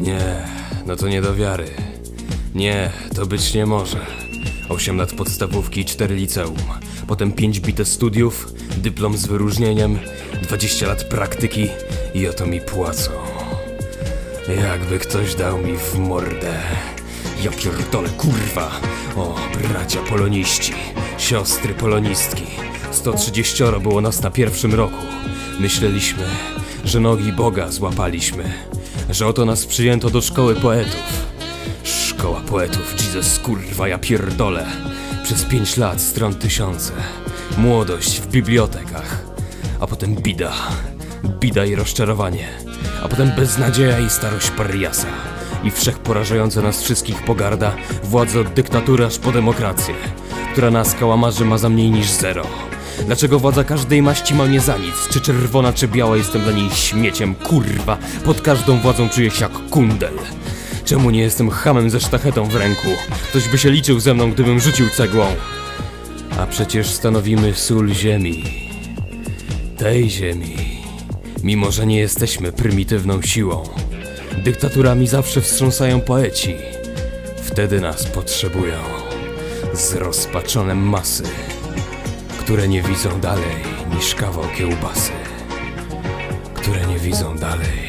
Nie, no to nie do wiary. Nie, to być nie może. 8 lat podstawówki i 4 liceum. Potem 5 bite studiów, dyplom z wyróżnieniem, 20 lat praktyki i oto mi płacą. Jakby ktoś dał mi w mordę. Ja pierdolę, kurwa. O, bracia poloniści, siostry polonistki. 130 było nas na pierwszym roku. Myśleliśmy, że nogi Boga złapaliśmy, że oto nas przyjęto do szkoły poetów. Szkoła poetów, Jesus, kurwa, ja pierdolę. Przez 5 lat stron 1000. Młodość w bibliotekach. A potem bida. Bida i rozczarowanie. A potem beznadzieja i starość pariasa. I wszechporażająca nas wszystkich pogarda władzy od dyktatury aż po demokrację, która nas kałamarzy ma za mniej niż zero. Dlaczego władza każdej maści ma mnie za nic? Czy czerwona, czy biała, jestem dla niej śmieciem, kurwa. Pod każdą władzą czuję się jak kundel. Czemu nie jestem chamem ze sztachetą w ręku? Ktoś by się liczył ze mną, gdybym rzucił cegłą. A przecież stanowimy sól ziemi. Tej ziemi. Mimo że nie jesteśmy prymitywną siłą. Dyktaturami zawsze wstrząsają poeci. Wtedy nas potrzebują. Zrozpaczone masy, które nie widzą dalej niż kawał kiełbasy. Które nie widzą dalej